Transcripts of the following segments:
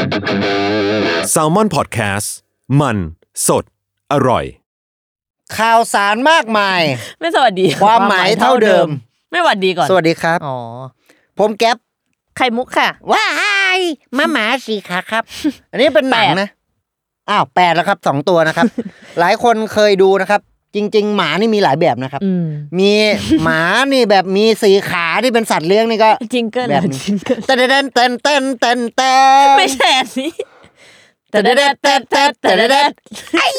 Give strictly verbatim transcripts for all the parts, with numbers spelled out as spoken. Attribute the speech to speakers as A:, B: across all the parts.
A: Salmon Podcast มันสดอร่อย
B: ข่าวสารมากมาย
C: ไม่สวัสดี
B: ความหมายเท่าเดิม
C: ไม่สวัสดีก่อน
B: สวัสดีครับ
C: อ๋อ
B: ผมแก๊ป
C: ไข่มุกค่ะ
B: ว้ายมาหมาสีขาครับอันนี้เป็นหนังนะอ้าวแปดแล้วครับสองตัวนะครับ หลายคนเคยดูนะครับจริงๆหมานี่มีหลายแบบนะครับมีหมานี่แบบมีสีขาที่เป็นสัตว์เลี้ยงนี่ก็
C: จิงเกิลแบบจิงเกิล
B: เต้นเต้นเต้นเต้นเต้นเต้น
C: ไม่ใช่สิ
B: เต้นเต้นเต้นเต้นเต้นเต้นไอ้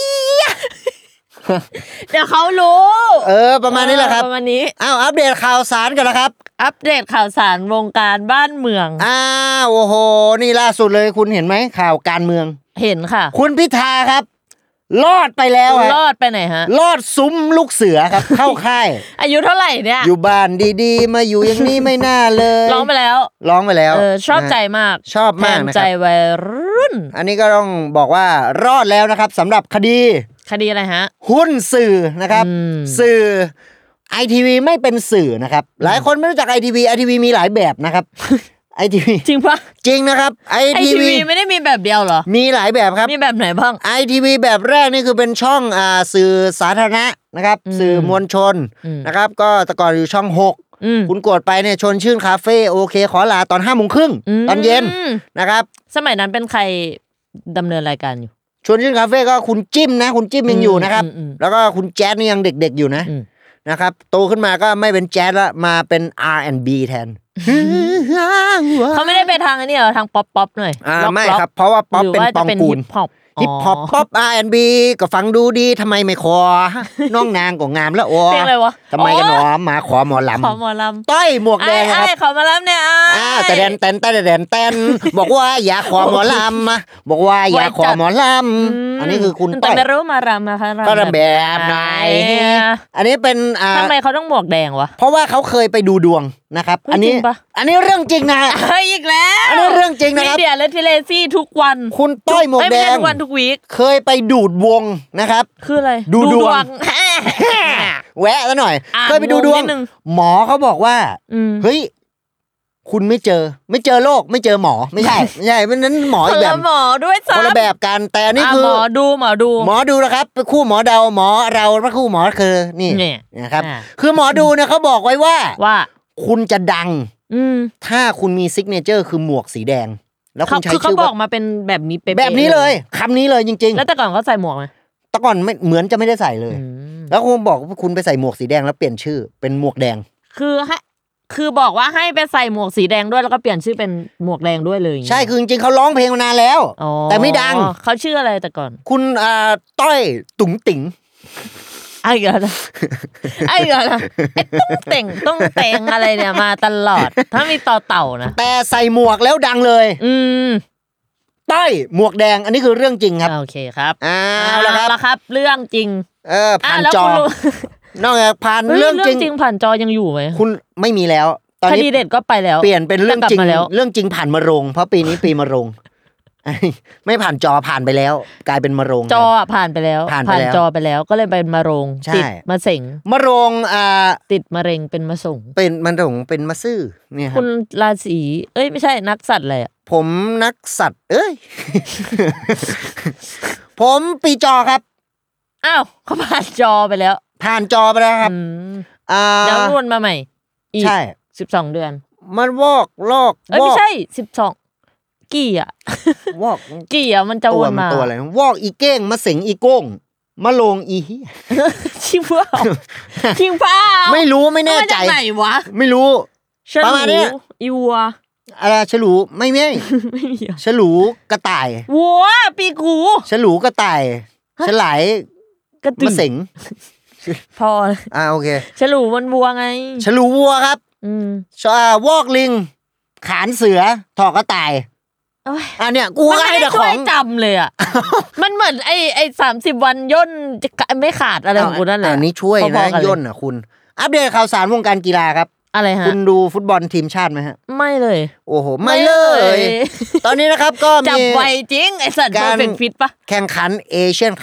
C: เดี๋ยวเขารู้
B: เออประมาณนี้แหละครับ
C: ประมาณนี้
B: อ้าวอัปเดตข่าวสารกันแล้วครับ
C: อัปเดตข่าวสารวงการบ้านเมือง
B: อ้าวโอ้โหนี่ล่าสุดเลยคุณเห็นไหมข่าวการเมือง
C: เห็นค่ะ
B: คุณพิธาครับรอดไปแล้วฮะ
C: รอดไปไหนฮะ
B: รอดซุ้มลูกเสือครับเข้าค่าย
C: อายุเท่าไหร่เนี่ย
B: อยู่บ้านดีๆมาอยู่อย่างนี้ไม่น่าเลย
C: ร้องไปแล้ว
B: ร้องไปแล้ว
C: เออชอบใจมาก
B: ชอบมากนะครับ
C: ใจวัยรุ่น
B: อันนี้ก็ต้องบอกว่ารอดแล้วนะครับสำหรับคดี
C: คดีอะไรฮะ
B: หุ้นสื่อนะครับสื่อ ไอ ที วี ไม่เป็นสื่อนะครับหลายคนไม่รู้จัก ไอ ที วี ไอ ที วี มีหลายแบบนะครับไอ ที วี
C: จริงปะ
B: จริงนะครับ ไอ ที วี
C: ไม่ได้มีแบบเดียวเหรอ
B: มีหลายแบบครับ
C: มีแบบไหนบ้าง
B: ไอ ที วี แบบแรกนี่คือเป็นช่องอ่าสื่อสาธารณะนะครับสื่อมวลชนนะครับก็แต่ก่อนอยู่ช่องหกคุณกดไปเนี่ยชวนชื่นคาเฟ่โอเคขอลาตอน ห้าโมงครึ่ง ตอนเย็นนะครับ
C: สมัยนั้นเป็นใครดำเนินรายการอยู่
B: ชวนชื่นคาเฟ่ก็คุณจิ้มนะคุณจิ้มยังอยู่นะครับแล้วก็คุณแจ๊สนี่ยังเด็กๆอยู่นะนะครับโตขึ้นมาก็ไม่เป็นแจ๊สละมาเป็น อาร์ แอนด์ บี แทน
C: เขาไม่ได้ไปทางนี้เหรอทางป๊อปป๊อปหน่อย
B: อ่าไม่ครับเพราะว่าป๊อปเป็นปองกูลฮิปฮอปป๊อป อาร์ แอนด์ บี ก็ฟังดูดีทำไมไม่ขอน้องนางก็งามแล้วโอ้
C: เพลงอะไรวะ
B: ทำไมกันหนอมาขอหมอลำ
C: ขอหมอลำ
B: ต้อยหมวกแดงครับ
C: ขอหมอลำเนี่ย
B: อ่าแต่แดนเต้นแต่แดนเต้นบอกว่าอย่าขอหมอลำบอกว่าอย่าขอหมอลำอันนี้คือคุณต้อย
C: แต่ไม่รู้มารำนะคะ
B: ก็แบบไหนอันนี้เป็นอ่า
C: ทำไมเขาต้องหมวกแดงวะ
B: เพราะว่าเขาเคยไปดูดวงนะครับอันนี้อันนี้เรื่องจริงนะ
C: อีกแล้ว
B: อันนี้เรื่องจริงนะครับ
C: มีเดียและทีเลซี่ทุกวัน
B: คุณต้อยหมวกแดง
C: ทุกวันทุกวีค
B: เคยไปดูดวงนะครับ
C: คืออะไร
B: ดูดวงแวะซะหน่อยเคยไปดูดวงหมอเขาบอกว่าเฮ้ยคุณไม่เจอไม่เจอโรคไม่เจอหมอไม่ใช่ไม่ใช่เพราะนั้นหมออีกแบบ
C: หมอด้วยซ้ำ
B: คนละแบบกันแต่นี่คือ
C: หมอดูหมอดู
B: หมอดูนะครับคู่หมอเดาหมอเราและคู่หมอคือนี่นะครับคือหมอดูเนี่ยเขาบอกไว้ว่า
C: ว่า
B: คุณจะดังถ้าคุณมีซิกเนเจอร์คือหมวกสีแดงแล้วคุณใช้ชื่อ
C: เขาบอกมาเป็นแบบนี้เป๊ะ
B: แบบนี้เลยคำนี้เลยจริงๆ
C: แล้วแต่ก่อนเขาใส่หมวกไหม
B: แต่ก่อนไม่เหมือนจะไม่ได้ใส่เลยแล้วคุณบอกว่าคุณไปใส่หมวกสีแดงแล้วเปลี่ยนชื่อเป็นหมวกแดง
C: คือให้คือบอกว่าให้ไปใส่หมวกสีแดงด้วยแล้วก็เปลี่ยนชื่อเป็นหมวกแดงด้วยเลย
B: ใช่คือจริงๆเขาร้องเพลงมานานแล้วแต่ไม่ดัง
C: เขาชื่ออะไรแต่ก่อน
B: คุณอ่าต้อยตุ๋งติ๋ง
C: ไอ้กันนะไอ้กันนะไอ้ต้องเต่งต้องเต่งอะไรเนี่ยมาตลอดถ้ามีต่อเต่านะ
B: แต่ใส่หมวกแล้วดังเลย
C: อืม
B: ต้อยหมวกแดงอันนี้คือเรื่องจริงครับ
C: โอเคครับ
B: อ้าวแล้ว
C: ครับเรื่องจริง
B: เออผ่านจอนอกจากผ่านเรื่องจริง
C: จริงผ่านจอยังอยู่ไหม
B: คุณไม่มีแล้ว
C: ตอนนี้คดีเด็ดก็ไปแล้ว
B: เปลี่ยนเป็นเรื่องจริงเรื่องจริงผ่านมะโรงเพราะปีนี้ปีมะโรงไม่ผ่านจอผ่านไปแล้วกลายเป็นมะโรง
C: จอผ่านไปแล้วผ่านจอไปแล้วก็เลยเป็นมะโรงติดมะเส็ง
B: มะโรงอ่า
C: ติดมะเร็งเป็นมะส่ง
B: เป็นมะโรงเป็นมะซื่อเนี่ยครับ
C: คุณราศีเอ้ยไม่ใช่นักสัตว์อะไรอ่ะ
B: ผมนักสัตว์เอ้ยผมปีจอครับ
C: อ้าวเขาผ่านจอไปแล้ว
B: ผ่านจอไปแล้วครับ
C: อ่าเดี๋ยววนมาใหม่อีก
B: ใช่
C: สิบสองเดือน
B: มันวอกลอก
C: เอ้ยไม่ใช่สิบสองกี่อ่ะ
B: วอก
C: กี่อ่ะมันจะวนมา
B: ตัวอะไรวอกอีเก้งมะเส็งอีโก้งมะโรงอี
C: ชิวะชิวะ
B: ไม่รู้ไม่แน่ใจ
C: ไหนวะ
B: ไม่รู้ประมาณนี้
C: อีวัว
B: อะไรฉลูไม่ไม่
C: ไม่มี
B: ฉลูกระต่าย
C: วัวปีกู
B: ฉลูกระต่ายฉลายมะเส็ง
C: พอ
B: อ่าโอเค
C: ฉลูมันวัวไง
B: ฉลูวัวครับอืมวอกลิงขานเสือถอกกระต่ายอันเนี้ยกูให้แต่ของ
C: จำเลยอ่ะมันเหมือนไอ้ไอ้สามสิบวันย่นไม่ขาดอะไรของกูนั่นแหละ
B: อันนี้ช่วยนะย่นอ่ะคุณอัปเดตข่าวสารวงการกีฬาครับ
C: อะไรฮะ
B: คุณดูฟุตบอลทีมชาติไหมฮะ
C: ไม่เลย
B: โอ้โหไม่เลยตอนนี้นะครับก็มี
C: จับไวจริงไอ้สัตว์โปรเฟกฟิตปะ
B: แข่งขันเอเชียนคัพ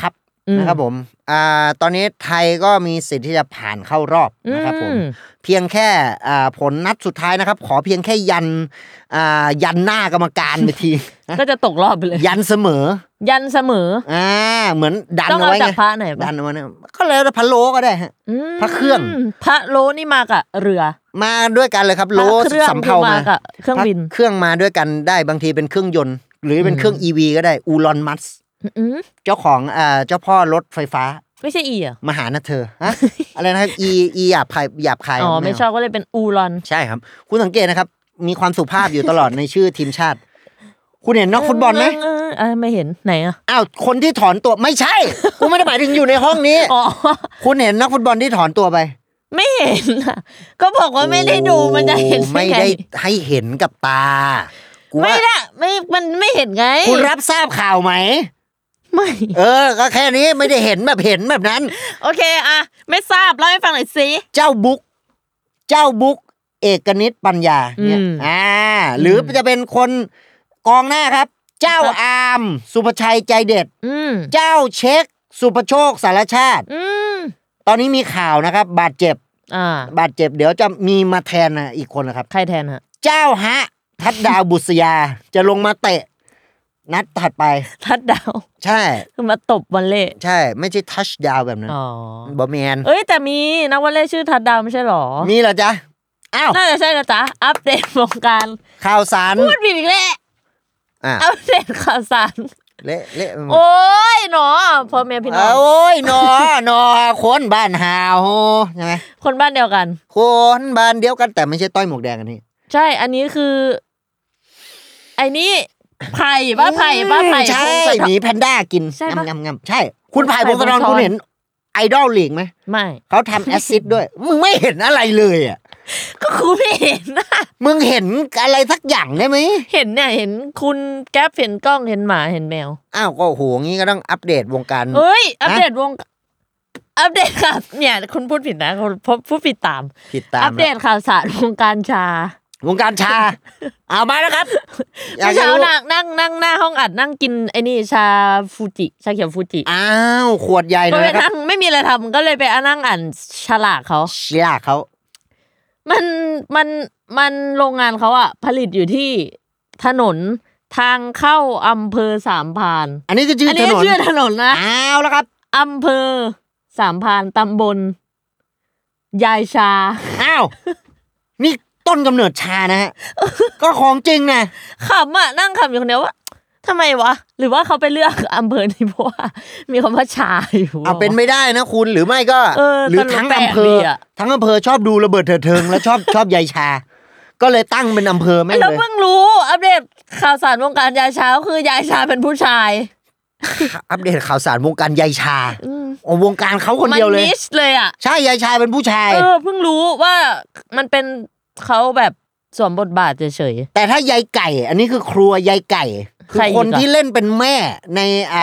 B: นะครับผมอ่าตอนนี้ไทยก็มีสิทธิ์ที่จะผ่านเข้ารอบนะครับผมเพียงแค่อ่าผลนัดสุดท้ายนะครับขอเพียงแค่ยันอ่ายันหน้ากรรมการไปที
C: ก็จะตกรอบไปเลย
B: ยันเสมอ
C: ยันเสมอ
B: อ่าเหมือนดัน
C: เอาไว้ไงต้องเอาจากพระไหน
B: ดันเอาไว้ก็แล้วแต่พระโลก็ได้ฮะพระเครื่อง
C: พระโลนี่มากับเรือ
B: มาด้วยกันเลยครับโลสำเภามา
C: เครื่องบิน
B: เครื่องมาด้วยกันได้บางทีเป็นเครื่องยนต์หรือเป็นเครื่อง อี วี ก็ได้อูลอนมัสเจ้าของอ่าเจ้าพ่อรถไฟฟ้า
C: ไม่ใช่อีอ่ะ
B: มหานะเธอฮะอะไรนะครับอีอีหยาบคายหยาบคาย
C: อ๋อไม่ชอบก็เลยเป็นอูลอน
B: ใช่ครับคุณสังเกตนะครับมีความสุภาพอยู่ตลอดในชื่อทีมชาติคุณเห็นนักฟุตบอลไหม
C: เออไม่เห็นไหนอ่ะ
B: อ้าวคนที่ถอนตัวไม่ใช่กูไม่ได้หมายถึงอยู่ในห้องนี้อ๋อคุณเห็นนักฟุตบอลที่ถอนตัวไป
C: ไม่เห็นอ่ะก็บอกว่าไม่ได้ดูมันจะเห็น
B: ไม่ได้ให้เห็นกับตา
C: ไม่ได้ไม่มันไม่เห็นไง
B: คุณรับทราบข่าวไหม
C: ไม่
B: เออก็แค่นี้ไม่ได้เห็นแบบเห็นแบบนั้น
C: โอเคอ่ะไม่ทราบเล่าให้ฟังหน่อยสิ
B: เจ้าบุ๊กเจ้าบุ๊กเอกนิตปัญญาเนี่ยอ่าหรือจะเป็นคนกองหน้าครับเจ้าอาร์มสุภชัยใจเด็ดเจ้าเช็คสุภโชคสารชาติตอนนี้มีข่าวนะครับบาดเจ็บบาดเจ็บเดี๋ยวจะมีมาแทนนะอีกคนนะครับ
C: ใครแทนฮะ
B: เจ้าฮะทัดดาวบุษยาจะลงมาเตะนัดถัดไป
C: ทัดดาว
B: ใช่
C: คือมาตบวอลเล่
B: ใช่ไม่ใช่ทัชดาวแบบนั้นอ๋อบอแมน
C: เอ้ยแต่มีนักวอลเล่ชื่อทัดดาวไม่ใช่หรอ
B: มีเหรอจ๊ะอ้าว
C: น่าจะใช่นะจ๊ะอัปเดตวงการ
B: ข่าวสาร
C: พูดผิดอีกแล้วอัปเดตข่าวสาร
B: เละเละ
C: โอ้ยหนอพ่อแม่พี่น้อง
B: โอ้ยหนอหนอคนบ้านหาวใช่ไหม
C: คนบ้านเดียวกัน
B: คนบ้านเดียวกันแต่ไม่ใช่ต้อยหมวกแดงอันนี้
C: ใช่อันนี้คือไอ้นี่ไผ่บ้าไผ่บ้าไผ่
B: ใช่หมีแพนด้ากินงำงำใช่คุณไผ่พงศธรคุณเห็นไอดอลลีกไหม
C: ไม่
B: เขาทำแอสซิดด้วยมึงไม่เห็นอะไรเลยอ่ะ
C: ก็คุณไม่เห็นนะ
B: มึงเห็นอะไรสักอย่างได้ไหม
C: เห็นเนี่ยเห็นคุณแก๊ปเห็นกล้องเห็นหมาเห็นแมว
B: อ้าวก็โหงี้ก็ต้องอัปเดตวงการ
C: เฮ้ยอัปเดตวงอัปเดตครับเนี่ยคุณพูดผิดนะคุณพูดผิดตาม
B: ผิดตาม
C: อัปเดตข่าวสารวงการชาว
B: งการชาเอามาแล้วครับ
C: เช้านั่งนั่งนั่งหน้าห้องอัดนั่งกินไอ้นี่ชาฟูจิชาเขียวฟูจิ
B: อ้าวขวดใหญ่เลย
C: ครับไม่มีอะไรทำก็เลยไปนั่งอ่านฉลากเขา
B: ฉลากเขา
C: มันมันมันโรงงานเขาอะผลิตอยู่ที่ถนนทางเข้าอำเภอสามพราน
B: อันนี้คือชื่อถนนอันนี้
C: ชื่อถนนนะ
B: อ้าวแล้วครับ
C: อำเภอสามพรานตำบลยายชา
B: อ้าวนี่ต้นกำเนิดชานะฮะก็ของจริงนะ
C: ขำอ่ะนั่งขำอยู่คนเดียวว่าทำไมวะหรือว่าเขาไปเลือกอำเภอนี้เพราะว่ามีคำว่าชาอยู่
B: เอาเป็นไม่ได้นะคุณหรือไม่ก็หรือทั้งอำเภอทั้งอำเภอชอบดูระเบิดเถิดเทิงแล้วชอบชอบยายชาก็เลยตั้งเป็นอำเภอแม่งเลย
C: แล้วเพิ่งรู้อัปเดตข่าวสารวงการยายชาคือยายชาเป็นผู้ชาย
B: อัปเดตข่าวสารวงการยายชาโอ้วงการเขาคนเดียวเลย
C: มันนิชเลยอ่ะ
B: ใช่ยายชาเป็นผู้ชาย
C: เออเพิ่งรู้ว่ามันเป็นเขาแบบสวมบทบาทเฉย
B: ๆแต่ถ้ายายไก่อันนี้คือครัวยายไก่คือคนที่เล่นเป็นแม่ในอ่า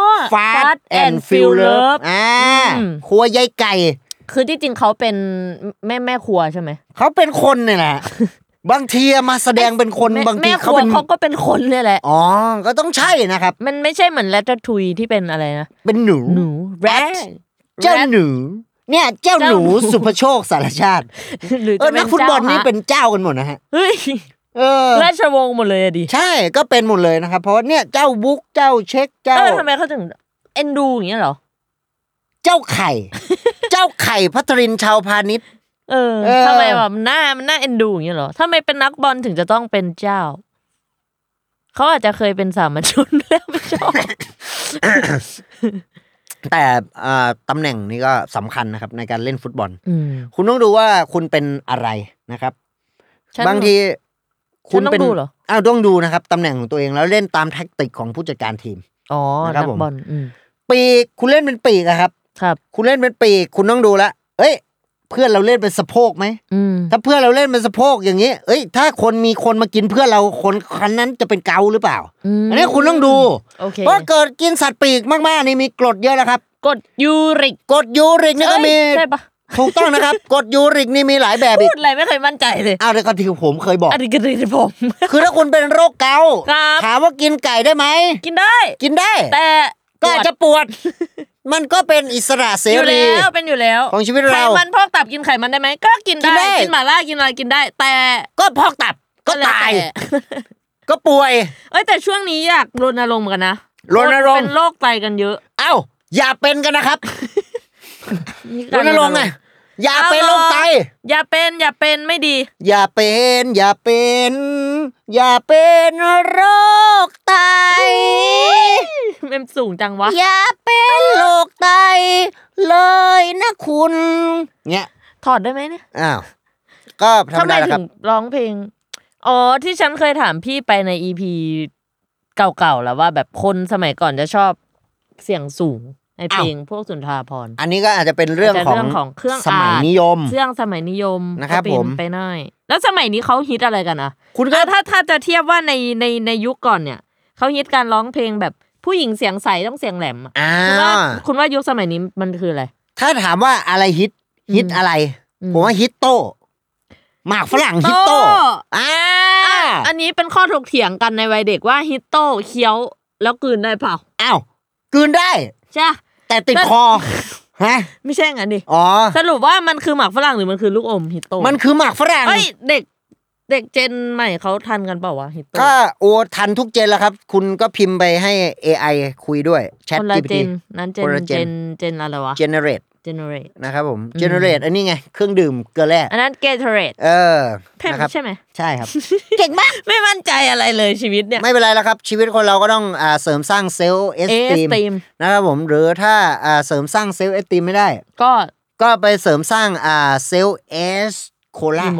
B: Fast and Furious อ่าครัวยายไก่
C: คือที่จริงเขาเป็นแม่แม่ครัวใช่ไหม
B: เขาเป็นคนเนี่ยแหละบางทีมาแสดงเป็นคนบางทีเขาเป็น
C: เขาก็เป็นคนเนี่ยแหละ
B: อ๋อก็ต้องใช่นะครับ
C: มันไม่ใช่เหมือนแรตทุยที่เป็นอะไรนะ
B: เป็นหนู
C: หนูแรด
B: เจ้าหนูเนี่ยเจ้าหนูสุภโชคสารชาติเออนักฟุตบอลนี่เป็นเจ้ากันหมดนะฮะ
C: เฮ้ยเออราชวงศ์หมดเลยดิ
B: ใช่ก็เป็นหมดเลยนะครับเพราะเนี่ยเจ้าบุ๊กเจ้าเช็คเจ้าเอ
C: อทำไมเขาถึงเอ็นดูอย่างเงี้ยเหรอ
B: เจ้าไข่เจ้าไข่ภัทรินชาวพาณิชย์
C: เออทำไมแบบหน้ามันน่าเอ็นดูอย่างเงี้ยเหรอทำไมเป็นนักบอลถึงจะต้องเป็นเจ้าเขาอาจจะเคยเป็นสามัญชนแล้วไม่ชอบ
B: แต่ตำแหน่งนี้ก็สำคัญนะครับในการเล่นฟุตบอลคุณต้องดูว่าคุณเป็นอะไรนะครับบางทีคุณเป็นอ้าวต้องดูนะครับตำแหน่งของตัวเองแล้วเล่นตามแท็กติกของผู้จัดการทีม
C: อ๋อนักบอล
B: ปีกคุณเล่นเป็นปีกอะครับ
C: ครับ
B: คุณเล่นเป็นปีกคุณต้องดูละเอ้ยเพื่อนเราเล่นเป็นสะโพกไหมถ้าเพื่อนเราเล่นเป็นสะโพกอย่างนี้เอ้ยถ้าคนมีคนมากินเพื่อนเราคนคนนั้นจะเป็นเกาหรือเปล่าอันนี้คุณต้องดูเพราะเกิดกินสัตว์ปีกมากๆนี่มีกรดเยอะแล้วครับ
C: กรดยูริก
B: กรดยูริกนี่ก็มี
C: ใช่ปะ
B: ถูกต้องนะครับกรดยูริกนี่มีหลายแบบอีก
C: พูดอะไรไม่เคยมั่นใจเลย
B: อ้าวแต่ก็ที่ผมเคยบอก
C: อันนี้ก็ที่ผม
B: คือถ้าคุณเป็นโรคเกาต์ถามว่ากินไก่ได้ไหม
C: กินได้
B: กินได้
C: แต่
B: ก็อาจจะปวดมันก็เป็นอิสระเสรี
C: อยู่แล้วเป็นอยู่แล้ว
B: ของชีวิตเรา
C: ไขมันพอกตับกินไขมันได้ไหมก็กินได้กินหม่าล่ากินอะไรกินได้แต่
B: ก็พอกตับก็ตายก็ป่วย
C: เอ้ยแต่ช่วงนี้อยากรณรงค์กันนะ
B: รณรงค์
C: เป็นโรคไตกันเยอะ
B: เอ้าอย่าเป็นกันนะครับรณรงค์ไงอย่าเป็นโรคไต
C: อย่าเป็นอย่าเป็นไม่ดี
B: อย่าเป็นอย่าเป็นอย่าเป็นโรคไต
C: เมมสูงจังวะ
B: อย่าเป็นโรคไตเลยนะคุณเนี่ย
C: ถอดได้ไหมเนี่ย
B: อ้าวก็ทำไมถึง
C: ร้องเพลงอ๋อที่ฉันเคยถามพี่ไปใน อี พี เก่าๆแล้วว่าแบบคนสมัยก่อนจะชอบเสียงสูงในเพลงพวกสุนทรภรณ์
B: อันนี้ก็อาจจะเป็นเรื่องของ
C: ของเครื่อง
B: สมัยนิยม
C: เครื่องสมัยนิยม
B: นะครับผม
C: ไปหน่อยแล้วสมัยนี้เขาฮิตอะไรกันนะคุณก็ถ้าถ้าจะเทียบว่าในในในยุคก่อนเนี่ยเขาฮิตการร้องเพลงแบบผู้หญิงเสียงใสต้องเสียงแหลมคุณว่าคุณว่ายุคสมัยนี้มันคืออะไร
B: ถ้าถามว่าอะไรฮิตฮิตอะไรผมว่าฮิตโตหมากฝรั่งฮิตโตอ่า
C: อันนี้เป็นข้อถกเถียงกันในวัยเด็กว่าฮิตโตเคี้ยวแล้วกลืนได้เปล่า
B: อ้าวกลืนได้
C: ใช่
B: แต่ติดคอฮะ
C: ไม่ใช่งั้นดิ
B: อ๋อ
C: สรุปว่ามันคือหมากฝรั่งหรือมันคือลูกอมฮิตโต
B: มันคือหมากฝรั่ง
C: เฮ้ยเด็กเด็กเจนใหม่เขาทันกันเปล่าวะฮิตโต
B: ก็โอ้ทันทุกเจนแล้วครับคุณก็พิมพ์ไปให้ เอ ไอ คุยด้วยแชท จี พี ที
C: นั้นเจนเจนเจนอะไรวะ
B: generate
C: generate
B: นะครับผม generate อันนี้ไงเครื่องดื่มเกลือแร่
C: อันนั้น Gatorade
B: เออ
C: นะครับใช่ไหม
B: ใช่ครับเก่งมาก
C: ไม่มั่นใจอะไรเลยชีวิตเนี่ย
B: ไม่เป็นไรแล้วครับชีวิตคนเราก็ต้องอ่าเสริมสร้างเซลล์เอสตีมนะครับผมหรือถ้าอ่าเสริมสร้างเซลล์เอสตีมไม่ได้
C: ก็
B: ก็ไปเสริมสร้างอ่าเซลล์เอสโคลา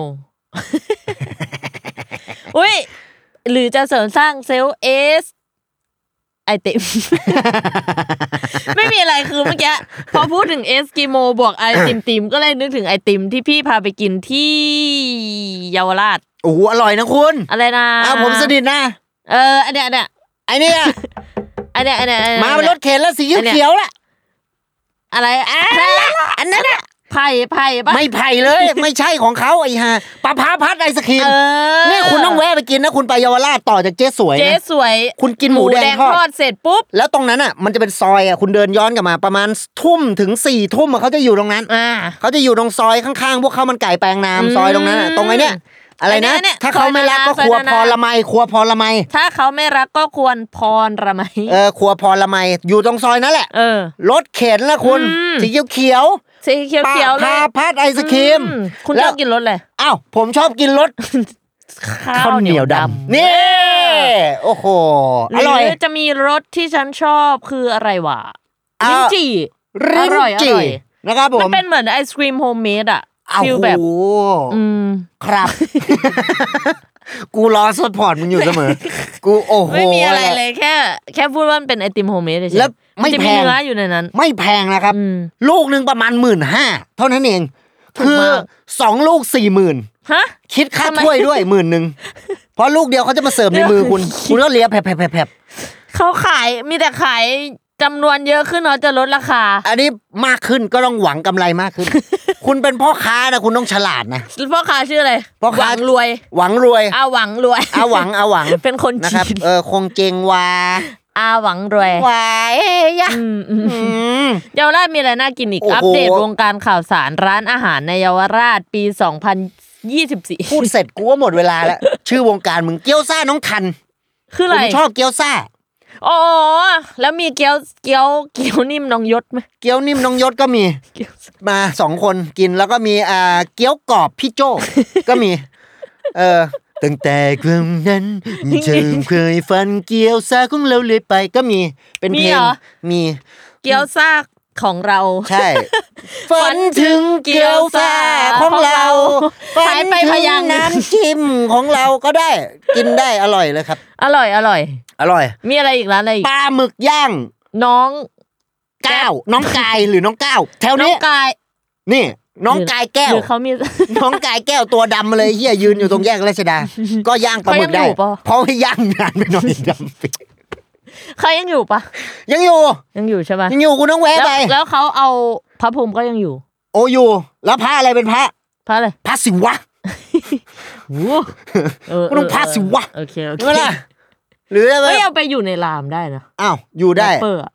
C: อุ้ยหรือจะเสริมสร้างเซลล์เอสไอติมไม่มีอะไรคือเมื่อกี้พอพูดถึงเอสกิโมบวกไอติมติมก็เลยนึกถึงไอติมที่พี่พาไปกินที่เยาวราช
B: โอ้โหอร่อยนะคุณ
C: อะไรนะ
B: อ้าวผมสนิทนะ
C: เอออันเนี้ยอันเนี้ย
B: ไอเนี้ย
C: อันเนี้ยอันเนี้ย
B: มาเป็นรถเข็นแล้วสีเขียวๆล่ะ
C: อะไร
B: อันนั้นอะ
C: ไผ่ไผ่ปะ
B: ไม่ไผ่เลยไม่ใช่ของเขาไอ้ห่าปลาพาพัดไอศครีมนี่คุณต้องแวะไปกินนะคุณไปเยาวราชต่อจากเจ๊สวยนะ
C: เจ๊สวย
B: คุณกินหมูแดงทอด
C: เสร็จปุ๊บ
B: แล้วตรงนั้นอ่ะมันจะเป็นซอยอ่ะคุณเดินย้อนกลับมาประมาณทุ่มถึงสี่ทุ่มเขาจะอยู่ตรงนั้นเขาจะอยู่ตรงซอยข้างๆพวกข้าวมันไก่แปลงน้ำซอยตรงนั้นตรงไอ้นี่อะไรนะถ้าเขาไม่รักก็ครัวพรละไมครัวพรละไม
C: ถ้าเขาไม่รักก็ควรพรละไม
B: เออครัวพรละไมอยู่ตรงซอยนั่นแหละ
C: เออ
B: รถเข็นละคุณสีเขียว
C: สีเขียวๆเลย
B: พาพัดไอศครีม
C: คุณชอบกินรสอะไร
B: อ้าวผมชอบกินรสข้าวเหนียวดำนี่โอ้โหอร่อย
C: จะมีรสที่ฉันชอบคืออะไรวะลิ้นจี่
B: ลิ้นจี่นะครับผม
C: มันเป็นเหมือนไอศครีมโฮมเมดอ่ะฟิลแบบอืม
B: ครับกูรอซัพพอร์ตมึงอยู่เสมอกูโอ้โห
C: ไม่มีอะไรเลยแค่แค่พูดว่ามันเป็นไอติมโฮมเมดเฉยๆ
B: แล้วไม่แพง
C: เนื้ออยู่ในนั้น
B: ไม่แพงนะครับลูกนึงประมาณ หนึ่งหมื่นห้าพัน เท่านั้นเองคือสองลูก สี่หมื่น
C: ฮะ
B: คิดค่าถ้วยด้วย หมื่นนึงเพราะลูกเดียวเขาจะมาเสิร์ฟในมือคุณคุณก็เลียแผบๆ
C: ๆเขาขายมีแต่ขายจำนวนเยอะขึ้นเนาะจะลดราคา
B: อันนี้มากขึ้นก็ต้องหวังกำไรมากขึ้น คุณเป็นพ่อค้านะคุณต้องฉลาดนะ
C: พ่อค้าชื่ออะไร
B: พ่อค้า
C: หวังรวย
B: หวังรวย
C: อาหวังรวย
B: อาหวังอาหวัง
C: เป็นคน
B: นะครับเออคงเจงวา
C: อาหวังรวยว
B: ายยะ
C: เยาวราชมีอะไรน่ากินอีกอัปเดตวงการข่าวสารร้านอาหารในเยาวราชปีสองพันยี่สิบสี่
B: พูดเสร็จกูว่าหมดเวลาแล้วชื่อวงการมึงเกี๊ยวซ่าน้องทัน
C: คืออะไร
B: ผมชอบเกี๊ยวซ่า
C: อ๋อแล้วมีเกี๊ยวเกี๊ยวเกี๊ยวนิ่มน้องยศไหม
B: เกี๊ยวนิ่มน้องยศก็มีมาสองคนกินแล้วก็มีอ่าเกี๊ยวกรอบพี่โจ้ก็มีเออตั้งแต่ครั้งนั้นเธอเคยฝันเกี๊ยวซ่าของเราเลยไปก็มีเป็นเพลงมี
C: เกี๊ยวซ่าของเรา
B: ใช่ฝันถึงเกี๊ยวซ่าของเราฝันไปพยางน้ำจิ้มของเราก็ได้กินได้อร่อยเลยครับ
C: อร่อยอร่อย
B: อร่อย
C: มีอะไรอีกร้านอะไรอีก
B: ปลาหมึกย่าง
C: น้อง
B: ก้าวน้องกายหรือน้องก้าวแถวนี้
C: น้องกาย
B: นี่น้องกายแก้ว
C: หรือเขามี
B: น้องกายแก้วตัวดำเลยเฮียยืนอยู่ตรงแยกราชดาก็ย่างปลาหมึกได้เพราะว่าย่างนานไปหน่อยดำ
C: เขายังอยู่ปะ
B: ยังอยู่
C: ยังอยู่ใช่ปะ
B: ยังอยู่กูต้องแวะไป
C: แล้วเขาเอาพระพรหมก็ยังอยู่
B: โออยู่แล้วพระอะไรเป็นพระ
C: พระอะไร
B: พระศิวะ
C: โอ้
B: เออต้องพระศิวะ
C: โอเคโอเค
B: หรืออะไร
C: ไม่เอาไปอยู่ในรามได้นะ
B: อ้าวอยู่ได้
C: เปอร์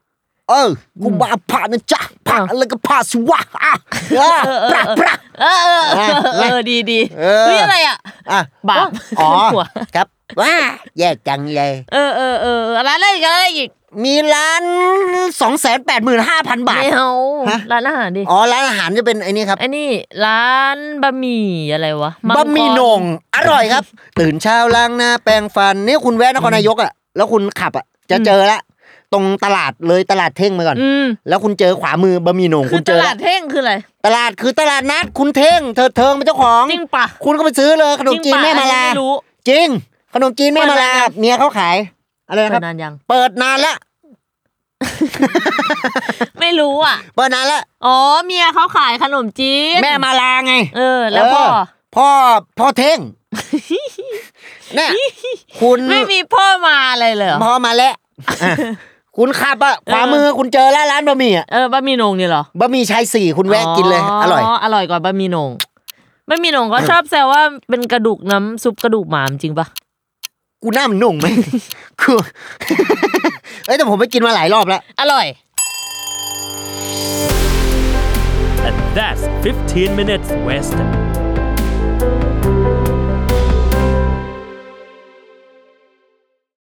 B: เออกูบ้าผ่านะจ๊ะผ่าอะไรก็ผ่าสิวะอ่ะเออปรักปรัก
C: เออเออเออเออดีดีเฮ้ยอะไรอ่ะ
B: อ่ะ
C: บาป
B: อ๋อครับว้าแย่จังเลย
C: เออเออเอออะไรอะไรอีกอะไรอีก
B: มีร้านสองแสนแปดหมื่นห้าพันบาท
C: ไม่เอาร้านอาหารดิ
B: อ๋อร้านอาหารจะเป็นไอ้นี่ครับ
C: ไอ้นี่ร้านบะหมี่อะไรวะ
B: บะหมี่โหน่งอร่อยครับตื่นเช้าล้างหน้าแปรงฟันนี่คุณแวะนครนายกอ่ะแล้วคุณขับอ่ะจะเจอละตรงตลาดเลยตลาดเท่งมาก่อนแล้วคุณเจอขวามือบะหมี่โหน่งคุณเจอ
C: ตลาดเท่งคืออะไร
B: ตลาดคือตลาดนัดคุณเท่งเธอเทิงเป็นเจ้าของ
C: จริงปะ
B: คุณก็ไปซื้อเลยขนมจีนแม่มาลาจริงขนมจีนแม่มาลาเมียเขาขายอะไรนะครับ
C: เปิดนานยัง
B: เปิดนานแล้ว
C: ไม่รู้อ่ะ
B: เปิดนานแล้ว
C: อ๋อเมียเขาขายขนมจีน
B: แม่มาลาไง
C: เออแล้วพ่อ
B: พ่อพ่อเท่งเนี่ยคุณ
C: ไม่มีพ่อมาอะไรเลย
B: พ่อมาแล้วคุณขับอ่ะขวามือคุณเจอแล้วร้านบะหมี่อ่ะ
C: เออบะหมี่โหน่งนี่เหรอบ
B: ะหมี่ชายสี่คุณแวะกินเลยอร่อย
C: อ๋ออร่อยกว่าบะหมี่โหน่งบะหมี่โหน่งก็ชอบแซวว่าเป็นกระดูกน้ำซุปกระดูกหมาจริงปะ
B: กูหน้ามันหนุ่มไหมคือเอ้ยแต่ผมไปกินมาหลายรอบแล้ว
C: อร่อย
A: And that's fifteen minutes west